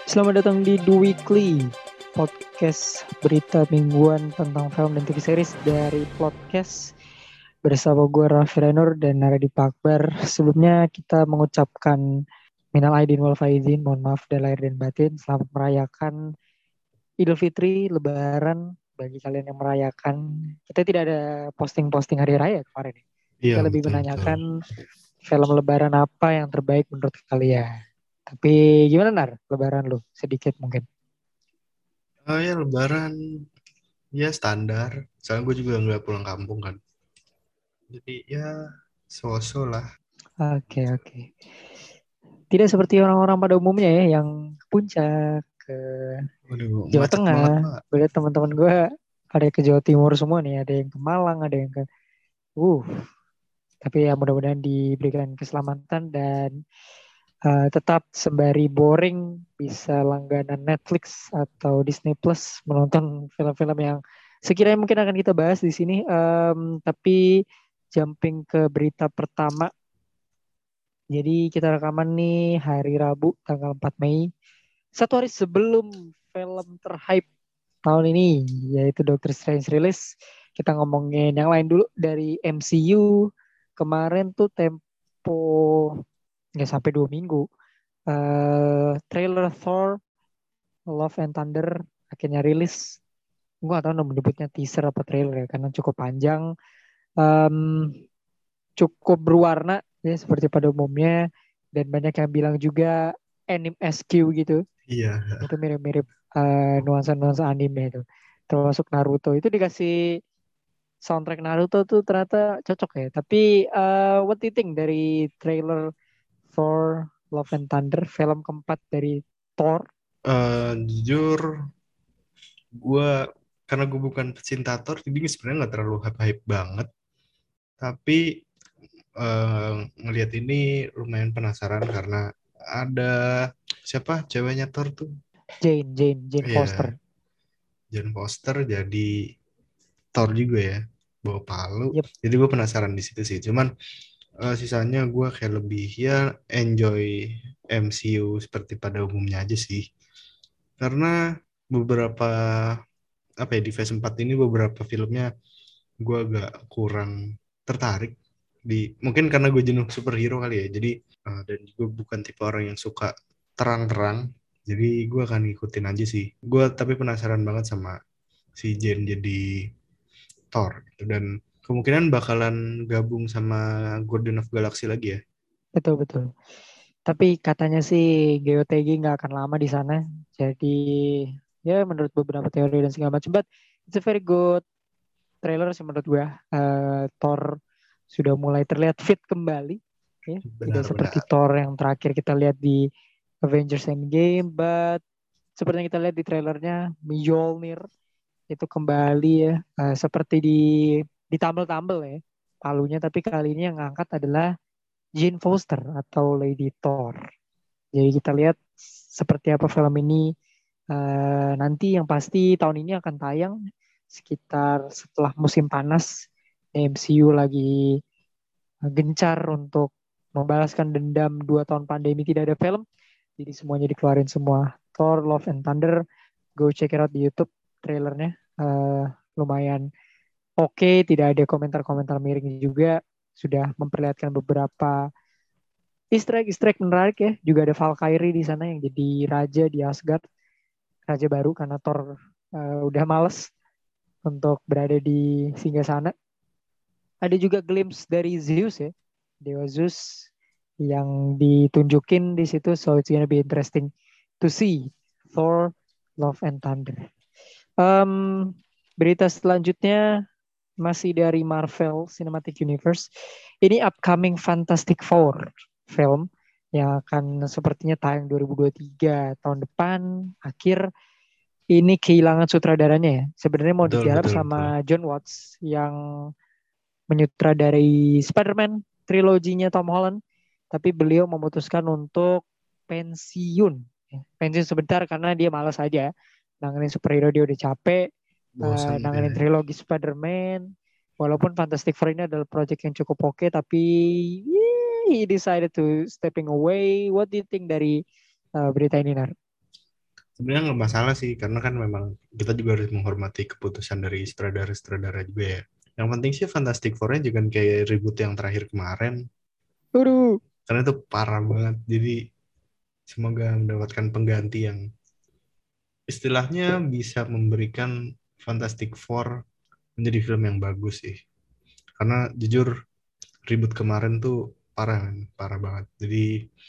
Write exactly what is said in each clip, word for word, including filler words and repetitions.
Selamat datang di The Weekly, podcast berita mingguan tentang film dan T V series dari Podcast bersama gue Raffi Rainur dan Naradi Pakbar. Sebelumnya kita mengucapkan minal aidin wal faizin, mohon maaf dan lahir dan batin. Selamat merayakan Idul Fitri, Lebaran bagi kalian yang merayakan. Kita tidak ada posting-posting hari raya kemarin. Iya, Kita lebih betul, menanyakan betul. film Lebaran apa yang terbaik menurut kalian. Tapi gimana Nar, Lebaran lu? Sedikit mungkin. Oh ya, Lebaran ya standar. Soalnya gue juga nggak pulang kampung kan. Jadi ya so-so lah. Oke, oke. Tidak seperti orang-orang pada umumnya ya yang ke puncak, ke Waduh, Jawa macet banget Tengah. Pak. Gue liat teman-teman gue ada yang ke Jawa Timur semua nih, ada yang ke Malang, ada yang ke uh. Tapi ya mudah-mudahan diberikan keselamatan dan uh, tetap sembari boring bisa langganan Netflix atau Disney Plus menonton film-film yang sekiranya mungkin akan kita bahas di sini. Um, tapi jumping ke berita pertama. Jadi kita rekaman nih hari Rabu tanggal empat Mei. Satu hari sebelum film terhype tahun ini yaitu Doctor Strange rilis. Kita ngomongin yang lain dulu dari M C U. Kemarin tuh tempo nggak sampai dua minggu. eh trailer Thor Love and Thunder akhirnya rilis. Gue gak tahu nama menyebutnya teaser apa trailer ya karena cukup panjang. Em, Cukup berwarna ya seperti pada umumnya dan banyak yang bilang juga anime S Q gitu. Iya. Itu mirip-mirip eh, nuansa-nuansa anime itu. Termasuk Naruto itu dikasih soundtrack Naruto tuh ternyata cocok ya. Tapi eh, what do you think dari trailer for Love and Thunder, film keempat dari Thor? Eh, jujur, gue karena gue bukan pecinta Thor, jadi sebenarnya nggak terlalu hype-hype banget. Tapi eh, ngelihat ini lumayan penasaran karena ada siapa ceweknya Thor tuh? Jane, Jane, Jane Iya, Foster. Jane Foster jadi Thor juga ya, bawa palu. Yep, Jadi gue penasaran di situ sih. Cuman eh, sisanya gue kayak lebih ya enjoy M C U seperti pada umumnya aja sih. Karena beberapa apa ya di Phase empat ini beberapa filmnya gue agak kurang tertarik di mungkin karena gue jenuh superhero kali ya. Jadi eh, dan gue bukan tipe orang yang suka terang-terang. Jadi gue akan ngikutin aja sih. Gue tapi penasaran banget sama si Jane jadi Thor gitu. Dan kemungkinan bakalan gabung sama Guardian of Galaxy lagi ya. betul betul. Tapi katanya sih G O T G nggak akan lama di sana. Jadi ya menurut beberapa teori dan segala macam. But it's a very good trailer sih menurut gua. Eh, Thor sudah mulai terlihat fit kembali. Ya, tidak seperti Benar-benar. Thor yang terakhir kita lihat di Avengers Endgame, but seperti yang kita lihat di trailernya, Mjolnir itu kembali ya, eh, seperti di ditambel-tambel ya palunya, tapi kali ini yang ngangkat adalah Jane Foster atau Lady Thor. Jadi kita lihat seperti apa film ini. Eh, nanti yang pasti tahun ini akan tayang sekitar setelah musim panas. M C U lagi gencar untuk membalaskan dendam dua tahun pandemi tidak ada film. Jadi semuanya dikeluarin semua. Thor, Love and Thunder, go check it out di YouTube trailernya. Eh, lumayan oke, okay, tidak ada komentar-komentar miring juga. Sudah memperlihatkan beberapa Easter egg, Easter egg menarik ya. Juga ada Valkyrie di sana yang jadi raja di Asgard. Raja baru karena Thor uh, udah males untuk berada di Singgasana. Ada juga glimpse dari Zeus ya. Dewa Zeus yang ditunjukin di situ. So it's gonna be interesting to see Thor, Love and Thunder. Um, Berita selanjutnya masih dari Marvel Cinematic Universe. Ini upcoming Fantastic Four film yang akan sepertinya tayang dua ribu dua puluh tiga tahun depan akhir. Ini kehilangan sutradaranya ya. Sebenarnya mau Betul, digarap betul, betul. sama John Watts yang menyutradarai Spider-Man triloginya Tom Holland, tapi beliau memutuskan untuk pensiun. Ya, pensiun sebentar karena dia malas aja nanganin superhero, dia udah capek uh, Bosen nanganin kayaknya. trilogi Spider-Man. Walaupun Fantastic Four ini adalah project yang cukup oke, okay, tapi yeah, he decided to stepping away. What do you think dari uh, berita ini, Nar? Sebenarnya nggak masalah sih, karena kan memang kita juga harus menghormati keputusan dari sutradara-sutradara juga ya. Yang penting sih Fantastic Four-nya jangan kayak ribut yang terakhir kemarin, Waduh. karena itu parah banget. Jadi semoga mendapatkan pengganti yang istilahnya bisa memberikan Fantastic Four menjadi film yang bagus sih. Karena jujur ribut kemarin tuh parah, men. Parah banget. Jadi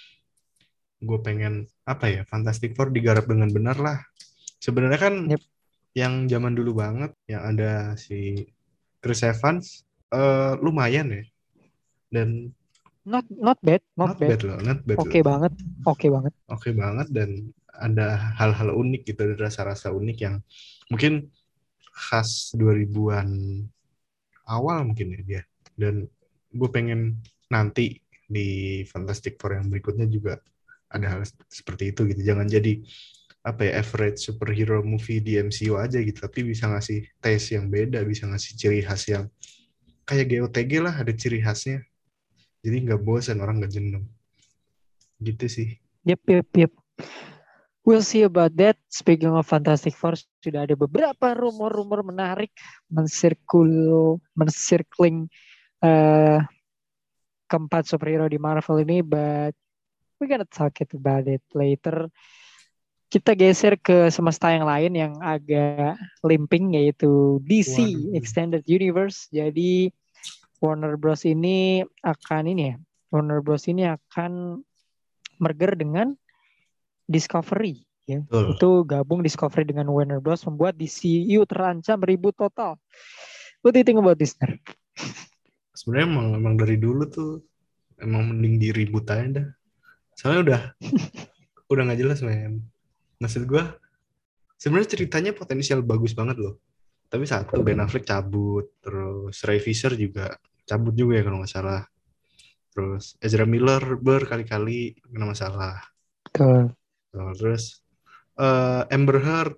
gue pengen apa ya, Fantastic Four digarap dengan benar lah. Sebenarnya kan Yep. yang zaman dulu banget yang ada si Chris Evans eh, lumayan ya, dan Not not bad, not not bad. bad loh, not bad Oke loh, banget, oke banget. oke banget, dan ada hal-hal unik gitu, ada rasa-rasa unik yang mungkin khas dua ribuan awal mungkin ya dia. Dan gue pengen nanti di Fantastic Four yang berikutnya juga ada hal seperti itu gitu. Jangan jadi apa ya, average superhero movie di M C U aja gitu, tapi bisa ngasih taste yang beda, bisa ngasih ciri khas yang kayak G O T G lah, ada ciri khasnya. Jadi nggak bosan, orang nggak jenuh. Gitu sih. Yep, yep, yep. We'll see about that. Speaking of Fantastic Four, sudah ada beberapa rumor-rumor menarik mensirkul, mencircling uh, keempat superhero di Marvel ini, but we gonna talk it about it later. Kita geser ke semesta yang lain yang agak limping, yaitu D C Waduh. Extended Universe. Jadi Warner Bros ini akan ini ya, Warner Bros ini akan merger dengan Discovery. Ya. Betul. Itu gabung Discovery dengan Warner Bros membuat D C U terancam ribut total. What do you think about this? Sebenarnya emang, emang dari dulu tuh emang mending diribut aja dah. Soalnya udah udah nggak jelas, men. Maksud gue sebenarnya ceritanya potensial bagus banget loh. Tapi satu, Ben Affleck cabut, terus Ray Fisher juga cabut juga ya kalau nggak salah. Terus Ezra Miller berkali-kali kena masalah. Betul. Terus eh, Amber Heard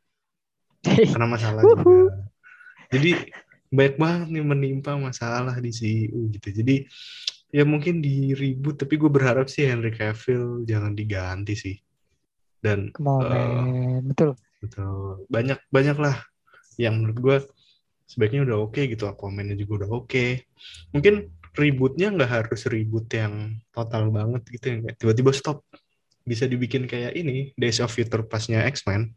kena masalah juga. Wuhu. Jadi banyak banget nih menimpa masalah di C E U gitu. Jadi ya mungkin di reboot, tapi gue berharap sih Henry Cavill jangan diganti sih. Dan Come on, eh, man. Betul. betul, banyak banyak lah yang menurut gue sebaiknya udah oke gitu. Aquaman-nya juga udah oke. Mungkin rebootnya nggak harus reboot yang total banget gitu ya, kayak tiba-tiba stop. Bisa dibikin kayak ini Days of Future Past-nya X-Men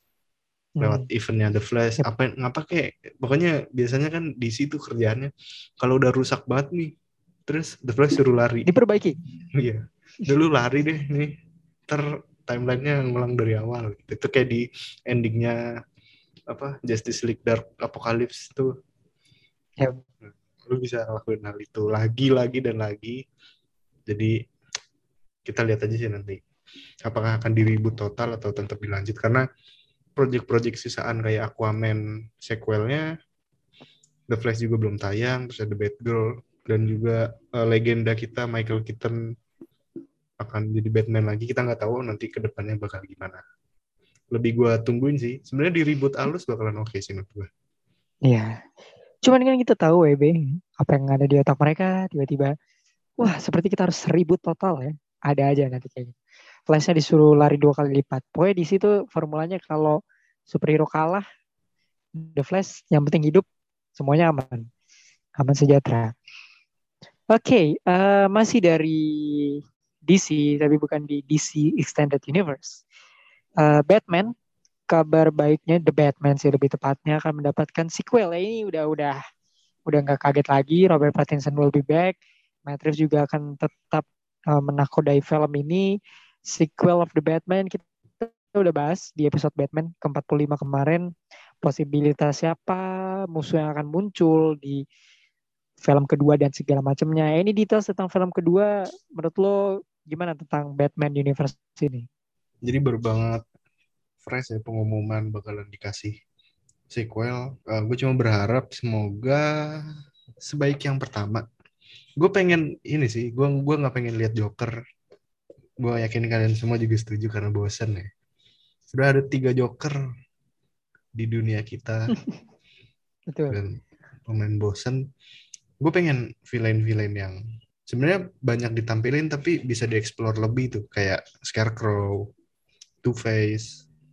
lewat Hmm. eventnya The Flash, Yep. apa ngapa kayak pokoknya biasanya kan di situ kerjaannya kalau udah rusak banget nih, terus The Flash suruh lari. Diperbaiki. Iya, dulu lari deh nih, ter timelinenya ngulang dari awal gitu. Itu kayak di endingnya apa Justice League Dark Apocalypse tuh. Yep. Lu bisa lakuin hal itu lagi lagi dan lagi. Jadi kita lihat aja sih nanti apakah akan diribut total atau tetap dilanjut, karena project-project sisaan kayak Aquaman sequelnya, The Flash juga belum tayang, terus ada Batgirl, dan juga uh, legenda kita Michael Keaton akan jadi Batman lagi. Kita nggak tahu nanti ke depannya bakal gimana. Lebih gue tungguin sih. Sebenarnya di reboot alus bakalan oke sih menurut gue. Iya. Cuman kan kita tahu W B apa yang ada di otak mereka tiba-tiba, wah seperti kita harus ribut total ya. Ada aja nanti kayaknya. Flashnya disuruh lari dua kali lipat. Pokoknya di situ formulanya kalau superhero kalah, The Flash yang penting hidup, semuanya aman. Aman sejahtera. Oke, okay, uh, masih dari D C, tapi bukan di D C Extended Universe. Uh, Batman, kabar baiknya The Batman sih lebih tepatnya akan mendapatkan sequel. Ini udah udah udah nggak kaget lagi. Robert Pattinson will be back. Matt Reeves juga akan tetap uh, menakodai film ini. Sequel of The Batman kita udah bahas di episode Batman ke empat puluh lima kemarin. Posibilitas siapa musuh yang akan muncul di film kedua dan segala macamnya. Ini details tentang film kedua, menurut lo gimana tentang Batman Universe ini? Jadi baru banget fresh ya pengumuman bakalan dikasih sequel. Uh, gue cuma berharap semoga sebaik yang pertama. Gue pengen ini sih, gue gue nggak pengen lihat Joker. Gue yakin kalian semua juga setuju karena bosen ya. Sudah ada tiga Joker di dunia kita Betul. dan pemain bosen. Gue pengen villain-villain yang sebenarnya banyak ditampilin tapi bisa dieksplor lebih tuh, kayak Scarecrow, Two-Face,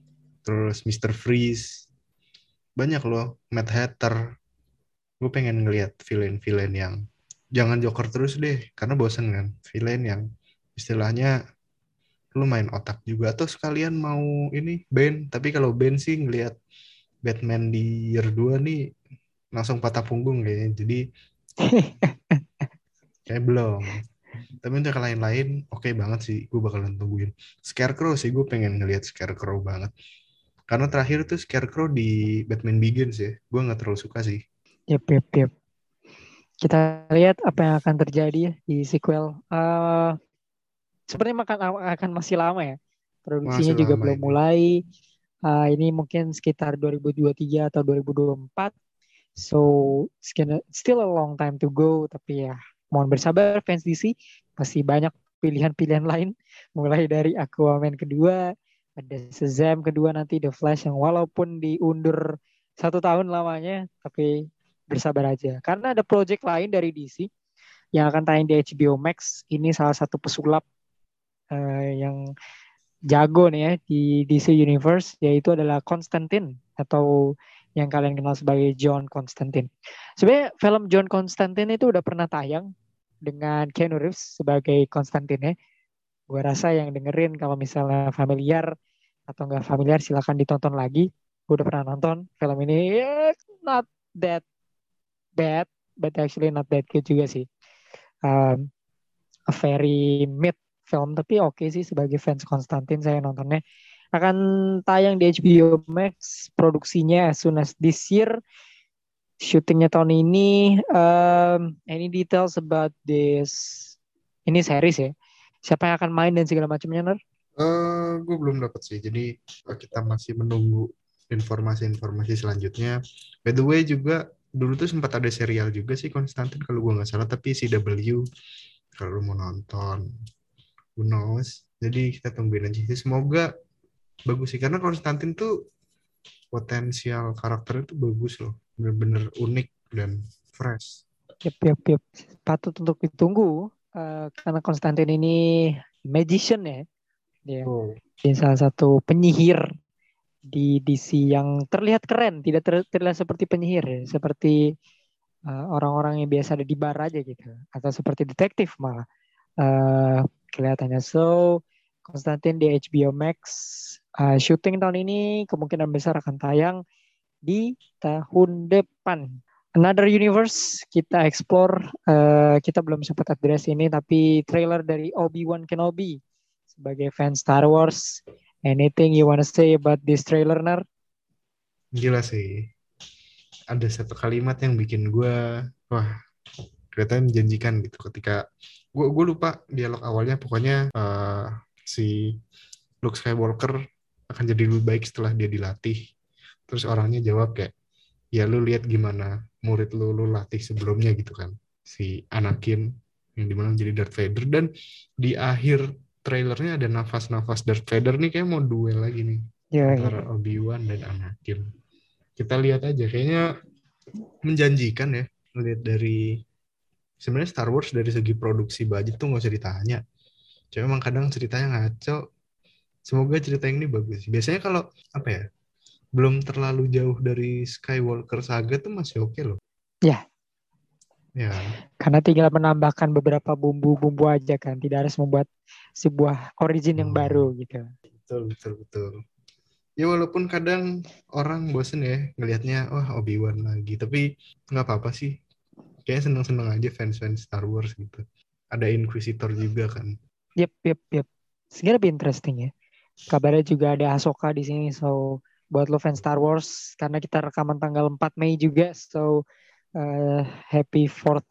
terus mister Freeze, banyak loh, Mad Hatter. Gue pengen ngelihat villain-villain yang jangan Joker terus deh, karena bosen kan. Villain yang istilahnya lu main otak juga, atau sekalian mau ini Bane. Tapi kalau Bane sih ngelihat Batman di year dua nih langsung patah punggung kayaknya. Jadi kayak belum. Tapi untuk yang lain-lain oke banget sih, gue bakalan tungguin. Scarecrow sih, gue pengen ngelihat Scarecrow banget. Karena terakhir tuh Scarecrow di Batman Begins ya, gue nggak terlalu suka sih. Yep, yep, yep. Kita lihat apa yang akan terjadi ya di sequel. Uh, sepertinya akan, akan masih lama ya. Produksinya Masih juga lama belum ini. mulai. Uh, ini mungkin sekitar dua ribu dua puluh tiga atau dua ribu dua puluh empat. So, it's gonna, still a long time to go. Tapi ya, mohon bersabar fans D C. Masih banyak pilihan-pilihan lain. Mulai dari Aquaman kedua, ada Shazam kedua nanti, The Flash yang walaupun diundur satu tahun lamanya, tapi bersabar aja. Karena ada project lain dari D C yang akan tayang di H B O Max. Ini salah satu pesulap uh, yang jago nih ya di D C Universe, yaitu adalah Constantine atau yang kalian kenal sebagai John Constantine. Sebenarnya film John Constantine itu udah pernah tayang dengan Keanu Reeves sebagai Constantine ya. Gue rasa yang dengerin kalau misalnya familiar atau nggak familiar silahkan ditonton lagi. Gue udah pernah nonton film ini. Yeah, not that bad, but actually not that good juga sih. Um, a very mid film, tapi oke okay sih sebagai fans Konstantin saya nontonnya. Akan tayang di H B O Max, produksinya as soon as this year, syutingnya tahun ini. Um, any details about this? Ini series ya. Siapa yang akan main dan segala macamnya, Ner? Eh, gue belum dapat sih. Jadi eh, kita masih menunggu informasi-informasi selanjutnya. By the way juga dulu tuh sempat ada serial juga sih Konstantin kalau gue nggak salah, tapi C W kalau lu mau nonton, who knows. Jadi kita tungguin aja sih. Semoga bagus sih karena Konstantin tuh potensial karakter itu bagus loh, bener-bener unik dan fresh. Yep, yep, yep. Patut untuk ditunggu. Uh, karena Konstantin ini magician ya. Dia, Oh, dia salah satu penyihir di D C yang terlihat keren, tidak ter, terlihat seperti penyihir ya, seperti uh, orang-orang yang biasa ada di bar aja gitu, atau seperti detektif malah uh, kelihatannya. So, Konstantin di H B O Max, uh, syuting tahun ini kemungkinan besar akan tayang di tahun depan. Another universe kita explore, uh, kita belum sempat address ini, tapi trailer dari Obi-Wan Kenobi sebagai fans Star Wars. Anything you wanna say about this trailer, Nar? gila sih. Ada satu kalimat yang bikin gue, wah, kelihatan menjanjikan gitu. Ketika gue gue lupa dialog awalnya, pokoknya eh, si Luke Skywalker akan jadi lebih baik setelah dia dilatih. Terus orangnya jawab kayak, ya lu lihat gimana murid lu lu latih sebelumnya gitu kan. Si Anakin yang dimana jadi Darth Vader, dan di akhir trailernya ada nafas-nafas Darth Vader nih kayak mau duel lagi nih Ya, ya. antara Obi-Wan dan Anakin. Kita lihat aja, kayaknya menjanjikan ya. Lihat dari sebenarnya Star Wars dari segi produksi budget tuh nggak usah ditanya. Cuma emang kadang ceritanya ngaco. Semoga cerita ini bagus. Biasanya kalau apa ya, belum terlalu jauh dari Skywalker Saga tuh masih oke loh. Ya, Ya kan? karena tinggal menambahkan beberapa bumbu-bumbu aja kan, tidak harus membuat sebuah origin yang Hmm, baru gitu. betul, betul, betul. Ya walaupun kadang orang bosen ya ngelihatnya, wah Obi-Wan lagi. Tapi nggak apa-apa sih. Kayaknya seneng-seneng aja fans-fans Star Wars gitu. Ada Inquisitor juga kan. Yep, yep, yep. It's lebih interesting ya. Kabarnya juga ada Ahsoka di sini. So, buat lo fans Star Wars, karena kita rekaman tanggal empat Mei juga. So, uh, happy fourth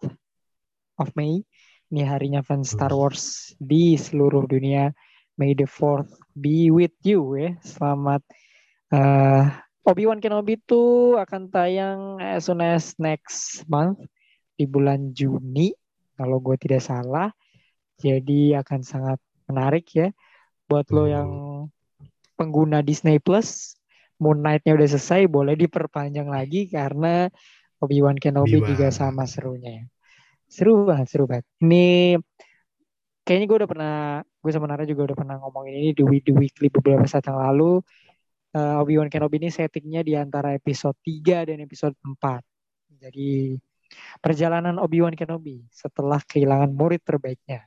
of May. Ini harinya fans Star Hmm. Wars di seluruh dunia. May the fourth be with you ya. Selamat. Uh, Obi-Wan Kenobi itu akan tayang as soon as next month di bulan Juni kalau gue tidak salah. Jadi akan sangat menarik ya buat lo yang Tuh. pengguna Disney Plus. Moon Knight-nya udah selesai, boleh diperpanjang lagi karena Obi-Wan Kenobi juga Obi-Wan. sama serunya. Seru banget, seru banget. Ini kayaknya gue udah pernah, gue sama Nara juga udah pernah ngomongin ini di, di Weekly beberapa saat yang lalu. uh, Obi-Wan Kenobi ini settingnya di antara episode tiga dan episode empat. Jadi perjalanan Obi-Wan Kenobi setelah kehilangan murid terbaiknya.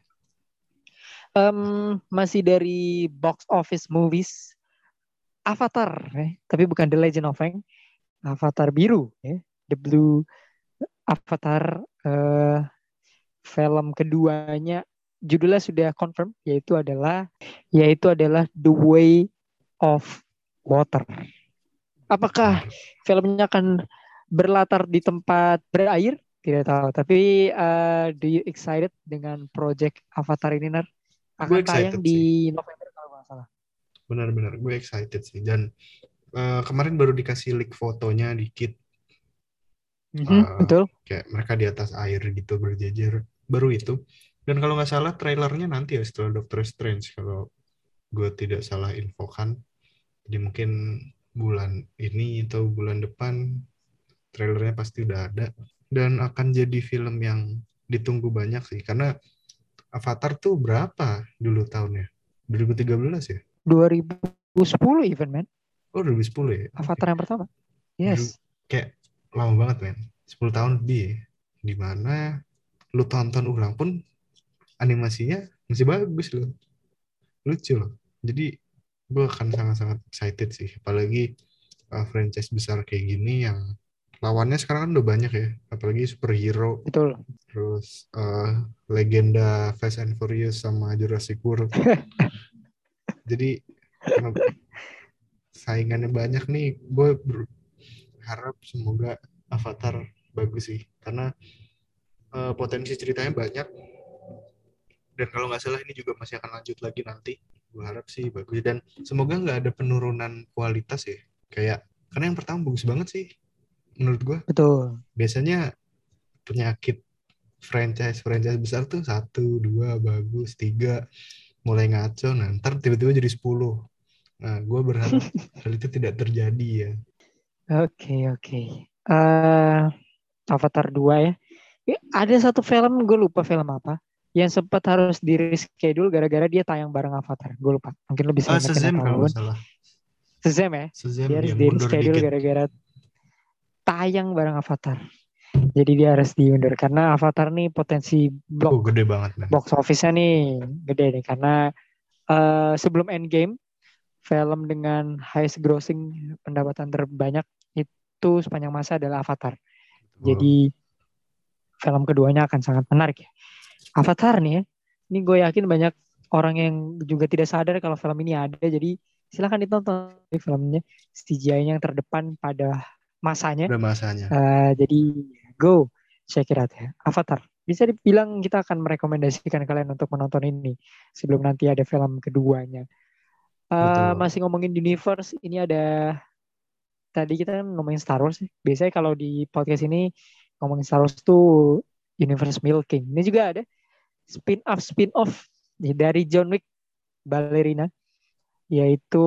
Um, masih dari box office movies, Avatar, eh, tapi bukan The Legend of Aang, Avatar biru, eh, The Blue Avatar, uh, film keduanya judulnya sudah confirm, yaitu adalah yaitu adalah The Way of Water. Apakah filmnya akan berlatar di tempat berair? Tidak tahu. Tapi uh, do you excited dengan project Avatar ini, Nar? Gue Akan tayang excited sih. di November kalau nggak salah. Benar-benar gue excited sih. Dan uh, kemarin baru dikasih leak fotonya dikit. Mm-hmm, Uh, betul. Kayak mereka di atas air gitu berjejer. Baru itu. Dan kalau nggak salah trailernya nanti ya setelah Doctor Strange. Kalau gue tidak salah infokan. Jadi mungkin bulan ini atau bulan depan trailernya pasti udah ada. Dan akan jadi film yang ditunggu banyak sih. Karena Avatar tuh berapa dulu tahunnya? dua ribu tiga belas ya? dua ribu sepuluh even, man. Oh, dua ribu sepuluh ya? Avatar Oke. yang pertama. Dulu- Yes. Kayak lama banget, men. sepuluh tahun lebih ya. Dimana lu tonton ulang pun animasinya masih bagus loh. Lucu loh. Jadi gue akan sangat-sangat excited sih. Apalagi uh, franchise besar kayak gini yang lawannya sekarang kan udah banyak ya. Apalagi superhero. Betul. Terus uh, legenda Fast and Furious sama Jurassic World. Jadi karena saingannya banyak nih, gue berharap semoga Avatar bagus sih. Karena uh, potensi ceritanya banyak. Dan kalau nggak salah ini juga masih akan lanjut lagi nanti. Gue harap sih bagus. Dan semoga nggak ada penurunan kualitas ya. Kayak, karena yang pertama bagus banget sih. Menurut gue. Betul. Biasanya penyakit franchise-franchise besar tuh satu, dua, bagus, tiga, mulai ngaco. Nah, ntar tiba-tiba jadi sepuluh. Nah, gue berharap hal itu tidak terjadi ya. Oke, oke. Eh, Avatar dua ya. Ya, ada satu film, gue lupa film apa, yang sempat harus di reschedule gara-gara dia tayang bareng Avatar. Gue lupa. Mungkin lo bisa Ah, ingetin Shazam atau kalau apapun. nggak salah. Shazam ya. Shazam Dia harus yang di mundur reschedule dikit. gara-gara tayang bareng Avatar. Jadi dia harus diundur karena Avatar nih potensi Oh, blok gede banget, man. box office-nya nih gede nih karena uh, sebelum Endgame film dengan highest grossing pendapatan terbanyak itu sepanjang masa adalah Avatar. Oh. Jadi film keduanya akan sangat menarik ya. Avatar nih ya. Ini gue yakin banyak orang yang juga tidak sadar kalau film ini ada. Jadi silahkan ditonton filmnya. C G I-nya yang terdepan pada masanya. Udah masanya. Uh, jadi go check it out ya. Avatar. Bisa dibilang kita akan merekomendasikan kalian untuk menonton ini sebelum nanti ada film keduanya. Uh, masih ngomongin universe, ini ada tadi kita kan ngomongin Star Wars. Biasanya kalau di podcast ini ngomongin Star Wars tuh universe milking. Ini juga ada spin-off spin-off dari John Wick Ballerina, yaitu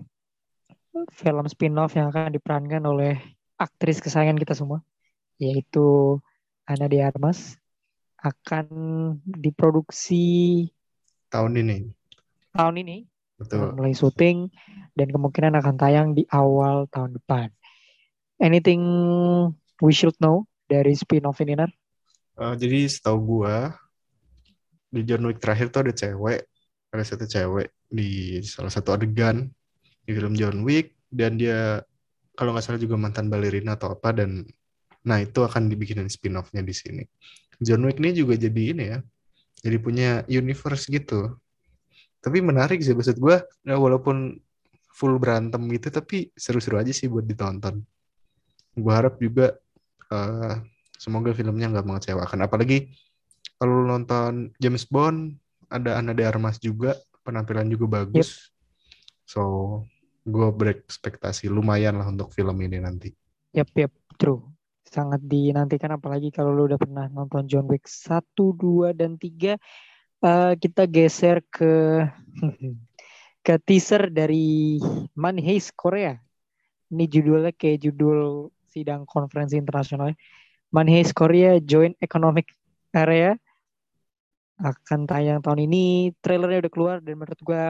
film spin-off yang akan diperankan oleh aktris kesayangan kita semua, yaitu Ana de Armas. Akan diproduksi tahun ini. Tahun ini. Betul. Mulai syuting dan kemungkinan akan tayang di awal tahun depan. Anything we should know dari spin-off ini, Nar? Uh, jadi setahu gua di John Wick terakhir tuh ada cewek, ada satu cewek di salah satu adegan di film John Wick dan dia kalau nggak salah juga mantan balerina atau apa dan nah itu akan dibikinin spin-off-nya di sini. John Wick ini juga jadi ini ya, jadi punya universe gitu. Tapi menarik sih maksud gue, ya walaupun full berantem gitu, tapi seru-seru aja sih buat ditonton. Gue harap juga uh, semoga filmnya nggak mengecewakan. Apalagi kalau nonton James Bond, ada Ana de Armas juga, penampilan juga bagus. Yep. So, gue berekspektasi lumayan lah untuk film ini nanti. Yap, yap, true. Sangat dinantikan apalagi kalau lu udah pernah nonton John Wick satu, dua, dan tiga. Uh, kita geser ke ke teaser dari Money Heist Korea. Ini judulnya kayak judul sidang konferensi internasional. Money Heist Korea Joint Economic Area akan tayang tahun ini. Trailernya udah keluar dan menurut gue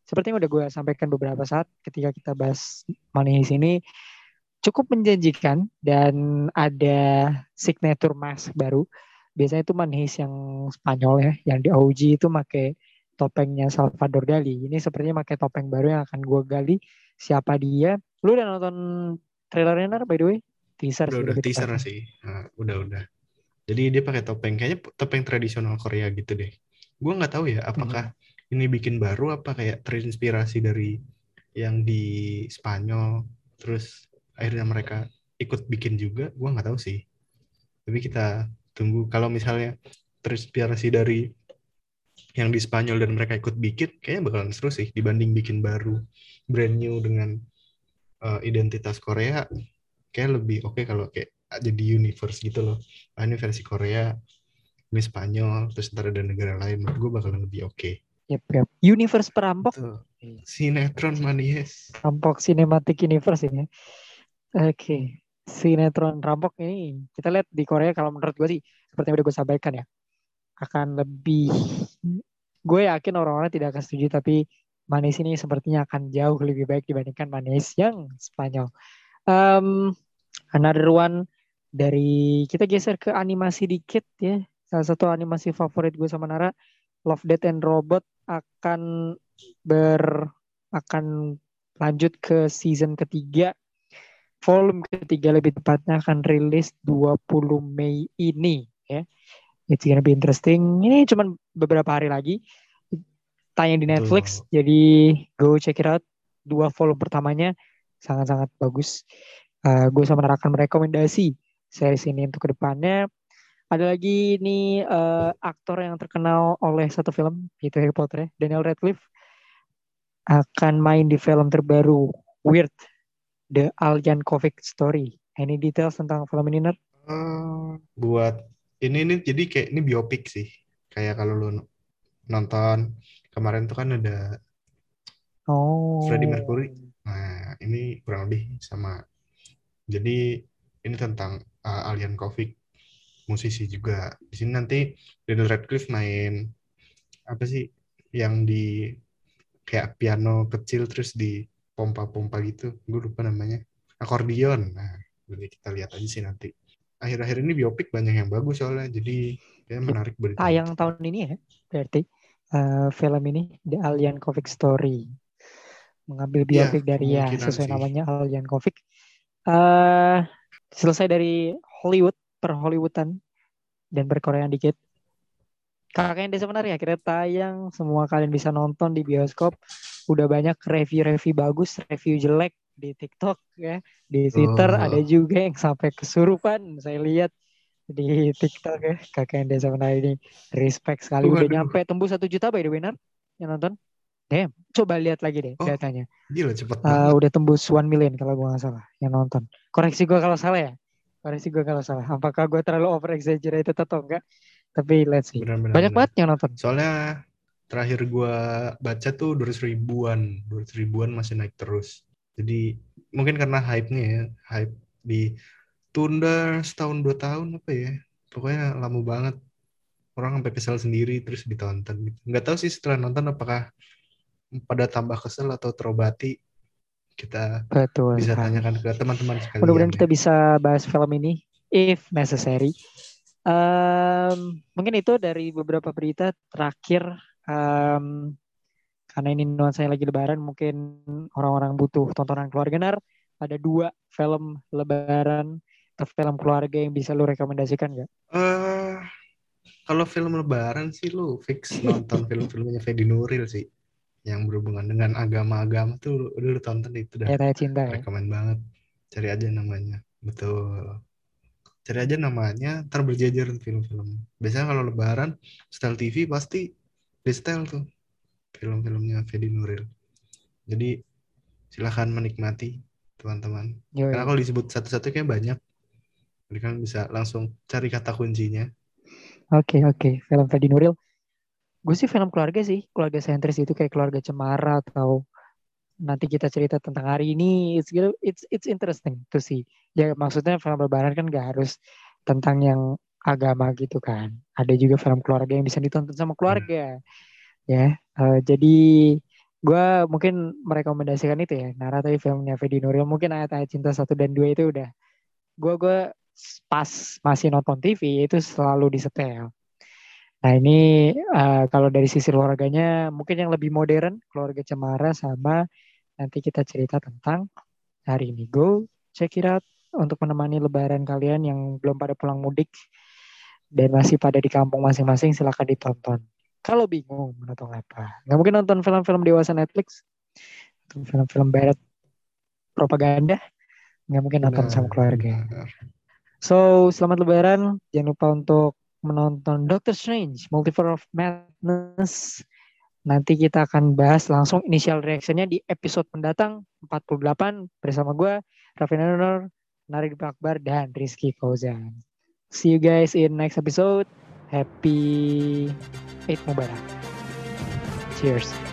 seperti yang udah gue sampaikan beberapa saat ketika kita bahas Money Heist ini, cukup menjanjikan dan ada signature mask baru. Biasanya itu Money Heist yang Spanyol ya, yang di O G itu pakai topengnya Salvador Dali. Ini sepertinya pakai topeng baru yang akan gue gali. Siapa dia? Lu udah nonton trailernya Nar, by the way? Teaser Udah sih udah lebih teaser tepatnya. sih. Nah, udah udah. Jadi dia pakai topeng, kayaknya topeng tradisional Korea gitu deh. Gue nggak tahu ya, apakah Mhm. ini bikin baru apa kayak terinspirasi dari yang di Spanyol, terus akhirnya mereka ikut bikin juga. Gue nggak tahu sih. Tapi kita tunggu. Kalau misalnya terinspirasi dari yang di Spanyol dan mereka ikut bikin, kayaknya bakalan seru sih dibanding bikin baru, brand new dengan uh, identitas Korea. Kayak lebih oke okay kalau kayak jadi universe gitu loh. Ah, ini versi Korea, ini Spanyol, terus ntar ada negara lain, menurut gue bakalan lebih oke. Okay. Yep, yep. Universe perampok. Itu sinetron manis. Rampok Cinematic Universe ini. Oke. Sinetron Rampok ini kita lihat di Korea kalau menurut gue sih seperti yang udah gue sampaikan ya, akan lebih, gue yakin orang-orang tidak akan setuju tapi Manis ini sepertinya akan jauh lebih baik dibandingkan Manis yang Spanyol. Um, Another one dari kita geser ke animasi dikit ya. Salah satu animasi favorit gue sama Nara, Love, Death and Robot akan ber akan lanjut ke season ketiga, volume ketiga lebih tepatnya akan rilis dua puluh Mei ini ya. It's gonna be interesting. Ini cuma beberapa hari lagi tayang di Netflix, Betul. jadi go check it out. Dua volume pertamanya sangat-sangat bagus. Uh, gue sama akan merekomendasi series ini untuk kedepannya. Ada lagi nih uh, aktor yang terkenal oleh satu film, yaitu Harry Potter ya. Daniel Radcliffe akan main di film terbaru Weird, The Alien Comic Story. Any details tentang film ini, Ner? Uh, buat ini ini jadi kayak ini biopik sih. Kayak kalau lu nonton kemarin tuh kan ada Freddie Oh, Mercury. Nah, ini kurang lebih sama. Jadi ini tentang uh, Alien Kovic, musisi juga. Di sini nanti Daniel Radcliffe main apa sih yang di kayak piano kecil terus di pompa-pompa gitu. Gue lupa namanya. Akordion. Nah, boleh kita lihat aja sih nanti. Akhir-akhir ini biopik banyak yang bagus soalnya. Jadi kayak yep. menarik buat Tayang ditonton. tahun ini ya, berarti uh, film ini The Alien Comic Story, mengambil Iya, biopik dari ya kemungkinan sesuai sih. namanya Alien Comic. Uh, selesai dari Hollywood, per Hollywoodan dan berkorean dikit. Kakak yang Desa Menari akhirnya tayang, semua kalian bisa nonton di bioskop. Udah banyak review-review bagus, review jelek di TikTok ya, di Twitter ada Oh, juga yang sampai kesurupan. Saya lihat di TikTok ya, kakak yang Desa Menari ini respect sekali, udah waduh. nyampe tembus satu juta by the way, Nar, yang nonton. Damn, coba lihat lagi deh Oh, datanya. gila cepet Uh, banget. udah tembus one million kalau gue nggak salah yang nonton. Koreksi gue kalau salah ya. Koreksi gue kalau salah. Apakah gue terlalu over exaggerated atau enggak? Tapi let's see. Benar-benar Banyak benar. banget yang nonton. Soalnya terakhir gua baca tuh dua ratus ribuan, dua ratus ribuan masih naik terus. Jadi mungkin karena hype-nya ya, hype ditunda setahun dua tahun apa ya. Pokoknya lama banget. Orang sampai kesel sendiri terus ditonton gitu. Nggak tahu sih setelah nonton apakah pada tambah kesel atau terobati. Kita Betul bisa sekali. tanyakan ke teman-teman sekalian Mudah-mudahan ya. kita bisa bahas film ini if necessary. Um, mungkin itu dari beberapa berita terakhir. Um, karena ini nuansanya lagi lebaran, mungkin orang-orang butuh tontonan keluarga. Nar, ada dua film lebaran atau film keluarga yang bisa lu rekomendasikan nggak? Eh, kalau film Lebaran sih lu fix nonton film-filmnya Fedi Nuril sih. Yang berhubungan dengan agama-agama tuh udah lu tonton itu udah Ya, Tanya Cinta ya. rekomen banget. Cari aja namanya. Betul. Cari aja namanya, ntar berjejer film-film. Biasanya kalau Lebaran, Style T V pasti di setel tuh film-filmnya Fedi Nuril. Jadi silahkan menikmati teman-teman. Karena Yoi. kalau disebut satu-satu kayak banyak, jadi kan bisa langsung cari kata kuncinya. Oke, oke. Film Fedi Nuril. Gue sih film keluarga sih. Keluarga sentris itu kayak Keluarga Cemara atau nanti kita cerita tentang hari ini. It's gitu, it's it's interesting to see. Ya maksudnya film Lebaran kan gak harus tentang yang agama gitu kan. Ada juga film keluarga yang bisa ditonton sama Benar. keluarga. Ya, eh, jadi gue mungkin merekomendasikan itu ya, Nara tadi filmnya Fedi Nuril, mungkin Ayat-Ayat Cinta satu dan dua itu udah gue gue pas masih nonton T V itu selalu disetel. Nah ini uh, kalau dari sisi keluarganya mungkin yang lebih modern, Keluarga Cemara, sama nanti kita cerita tentang Hari Minggu. Check it out untuk menemani lebaran kalian yang belum pada pulang mudik dan masih pada di kampung masing-masing, silakan ditonton. Kalau bingung menonton apa, nggak mungkin nonton film-film dewasa Netflix, film-film barat propaganda, nggak mungkin nonton sama Benar, keluarga. benar. So, selamat lebaran. Jangan lupa untuk menonton Doctor Strange, Multiverse of Madness. Nanti kita akan bahas langsung initial reaction-nya di episode mendatang empat puluh delapan bersama gue, Raffi Nanur, Narik Akbar, dan Rizky Fauzan. See you guys in next episode. Happy Eid Mubarak. Cheers.